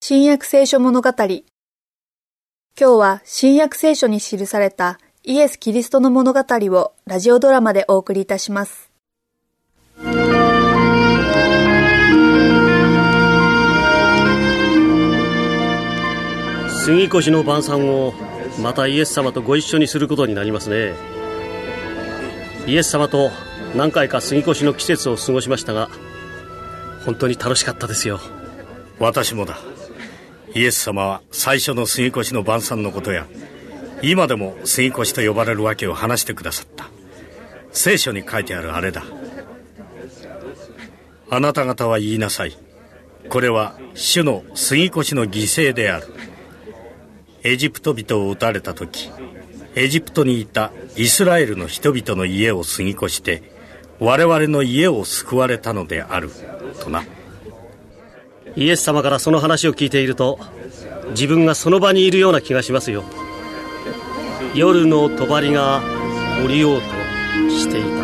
新約聖書物語。今日は新約聖書に記されたイエス・キリストの物語をラジオドラマでお送りいたします。 杉越の晩餐をまたイエス様とご一緒にすることになりますね。イエス様と何回か杉越の季節を過ごしましたが、本当に楽しかったですよ。 私もだ。イエス様は最初の杉越の晩餐のことや、今でも杉越と呼ばれるわけを話してくださった。聖書に書いてあるあれだ。あなた方は言いなさい。これは主の杉越の犠牲である。エジプト人を撃たれた時、エジプトにいたイスラエルの人々の家を杉越して我々の家を救われたのであるとな。 イエス様からその話を聞いていると、自分がその場にいるような気がしますよ。夜の帳が降りようとしていた。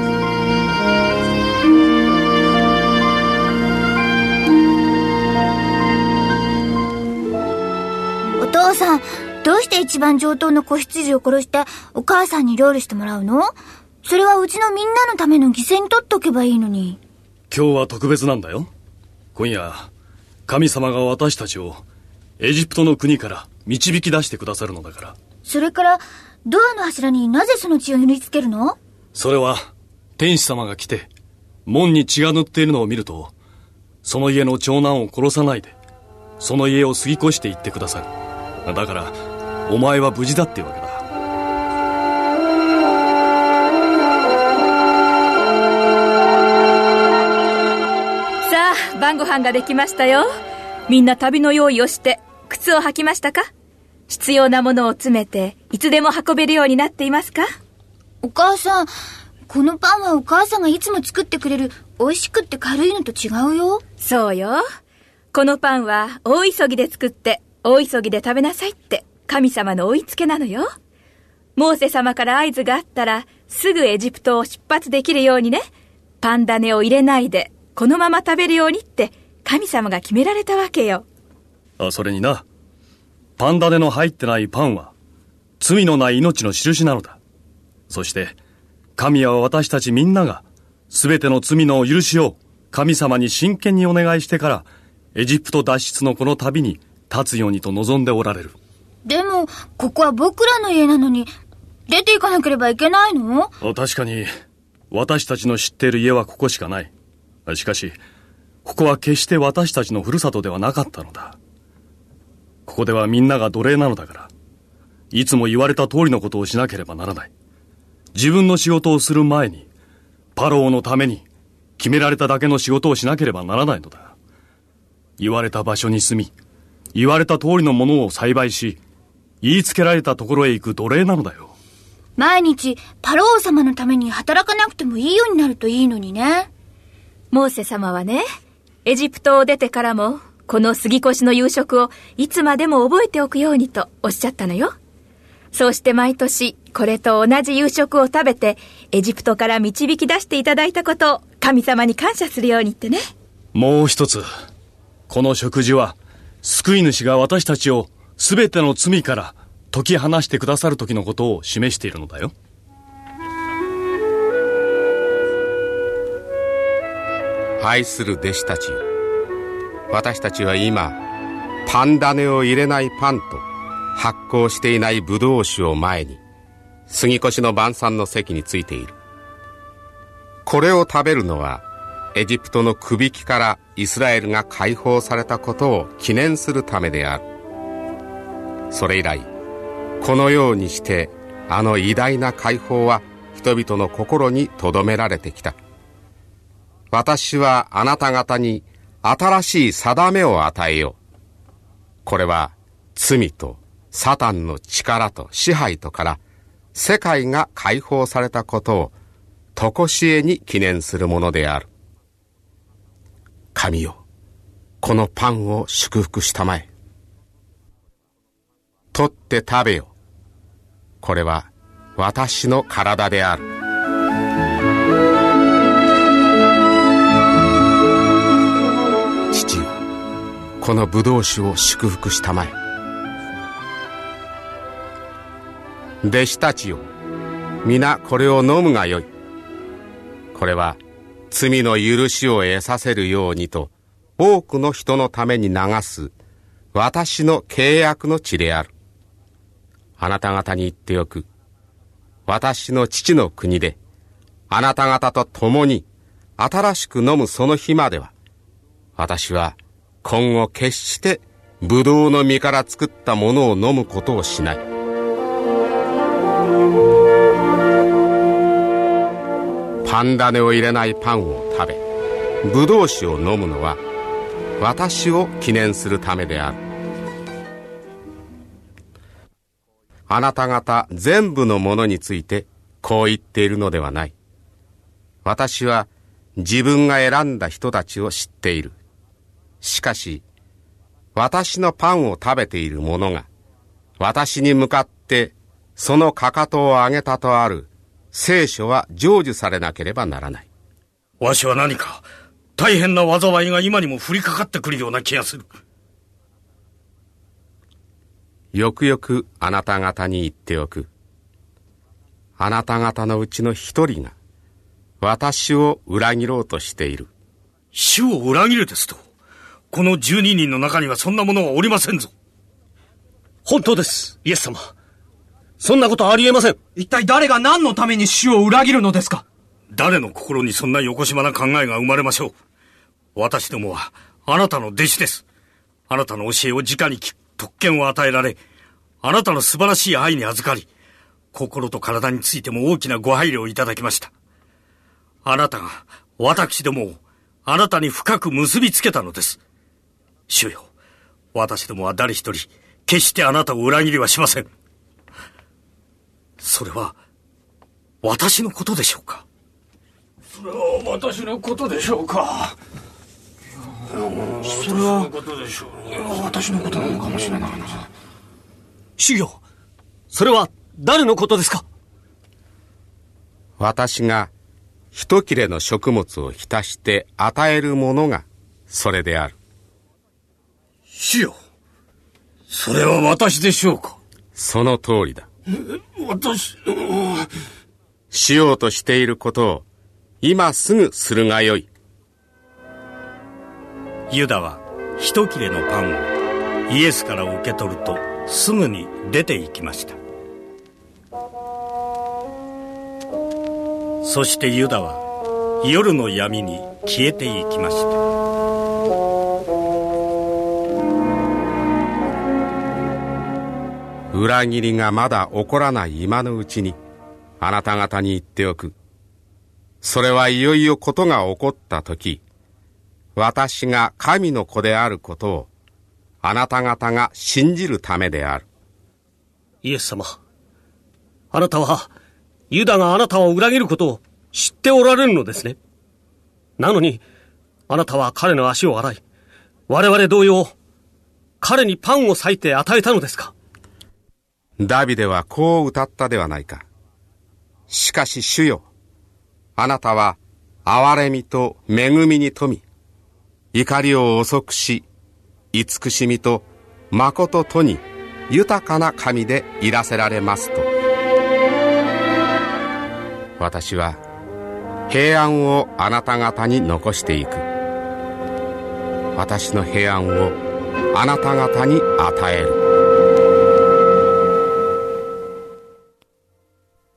お父さん、どうして一番上等の子羊を殺してお母さんに料理してもらうの？それはうちのみんなのための犠牲に取っておけばいいのに。 今日は特別なんだよ。今夜神様が私たちをエジプトの国から導き出してくださるのだから。 それからドアの柱になぜその血を塗りつけるの？それは天使様が来て門に血が塗っているのを見ると、その家の長男を殺さないでその家を過ぎ越していってくださる。だからお前は無事だっていうわけだ。 さあ、晩ご飯ができましたよ。みんな旅の用意をして靴を履きましたか？必要なものを詰めていつでも運べるようになっていますか？ お母さん、このパンはお母さんがいつも作ってくれる美味しくって軽いのと違うよ。 そうよ。このパンは大急ぎで作って大急ぎで食べなさいって神様の追いつけなのよ。モーセ様から合図があったらすぐエジプトを出発できるようにね。パン種を入れないでこのまま食べるようにって神様が決められたわけよ。 それにな、パン種の入ってないパンは罪のない命の印なのだ。そして神は私たちみんながすべての罪の許しを神様に真剣にお願いしてからエジプト脱出のこの旅に立つようにと望んでおられる。 でもここは僕らの家なのに出て行かなければいけないの？ 確かに私たちの知っている家はここしかない。しかしここは決して私たちのふるさとではなかったのだ。ここではみんなが奴隷なのだから、いつも言われた通りのことをしなければならない。自分の仕事をする前にパローのために決められただけの仕事をしなければならないのだ。言われた場所に住み、言われた通りのものを栽培し、言いつけられたところへ行く奴隷なのだよ。 毎日パロー様のために働かなくてもいいようになるといいのにね。 モーセ様はね、エジプトを出てからもこの杉越の夕食をいつまでも覚えておくようにとおっしゃったのよ。そうして毎年これと同じ夕食を食べてエジプトから導き出していただいたことを神様に感謝するようにってね。 もう一つ、この食事は救い主が私たちをすべての罪から解き放してくださる時のことを示しているのだよ。 愛する弟子たちよ、私たちは今パン種を入れないパンと発酵していないブドウ酒を前に杉越の晩餐の席についている。これを食べるのはエジプトのくびきからイスラエルが解放されたことを記念するためである。それ以来このようにしてあの偉大な解放は人々の心に留められてきた。私はあなた方に新しい定めを与えよう。これは罪とサタンの力と支配とから世界が解放されたことを常しえに記念するものである。神よ、このパンを祝福したまえ。取って食べよ。これは私の体である。父よ、 このブドウ酒を祝福したまえ。弟子たちよ、皆これを飲むがよい。これは罪の許しを得させるようにと多くの人のために流す私の契約の血である。あなた方に言っておく。私の父の国であなた方と共に新しく飲むその日までは、私は今後決してブドウの実から作ったものを飲むことをしない。パン種を入れないパンを食べ、ブドウ酒を飲むのは私を記念するためである。あなた方全部のものについてこう言っているのではない。私は自分が選んだ人たちを知っている。しかし私のパンを食べている者が私に向かってそのかかとを上げたとある聖書は成就されなければならない。 わしは何か大変な災いが今にも降りかかってくるような気がする。 よくよくあなた方に言っておく。あなた方のうちの一人が私を裏切ろうとしている。 主を裏切るですと？この12人の中にはそんなものはおりませんぞ。 本当です、イエス様。そんなことはありえません。 一体誰が何のために主を裏切るのですか？ 誰の心にそんなよこしまな考えが生まれましょう。私どもはあなたの弟子です。あなたの教えを直に聞く特権を与えられ、あなたの素晴らしい愛に預かり、心と体についても大きなご配慮をいただきました。あなたが私どもをあなたに深く結びつけたのです。主よ、私どもは誰一人決してあなたを裏切りはしません。それは私のことでしょうか？ それは私のことでしょうか？ それは私のことなのかもしれないな。 主よ、それは誰のことですか？ 私が一切れの食物を浸して与えるものがそれである。 主よ、それは私でしょうか？ その通りだ。 私しようとしていることを今すぐするがよい。 ユダは一切れのパンをイエスから受け取るとすぐに出て行きました。そしてユダは夜の闇に消えていきました。 裏切りがまだ起こらない今のうちにあなた方に言っておく。それはいよいよことが起こったとき、私が神の子であることをあなた方が信じるためである。 イエス様、あなたはユダがあなたを裏切ることを知っておられるのですね。なのにあなたは彼の足を洗い、我々同様彼にパンを裂いて与えたのですか？ ダビデはこう歌ったではないか。しかし主よ、あなたは憐れみと恵みに富み、怒りを遅くし、慈しみと誠とに豊かな神でいらせられますと。私は平安をあなた方に残していく。私の平安をあなた方に与える。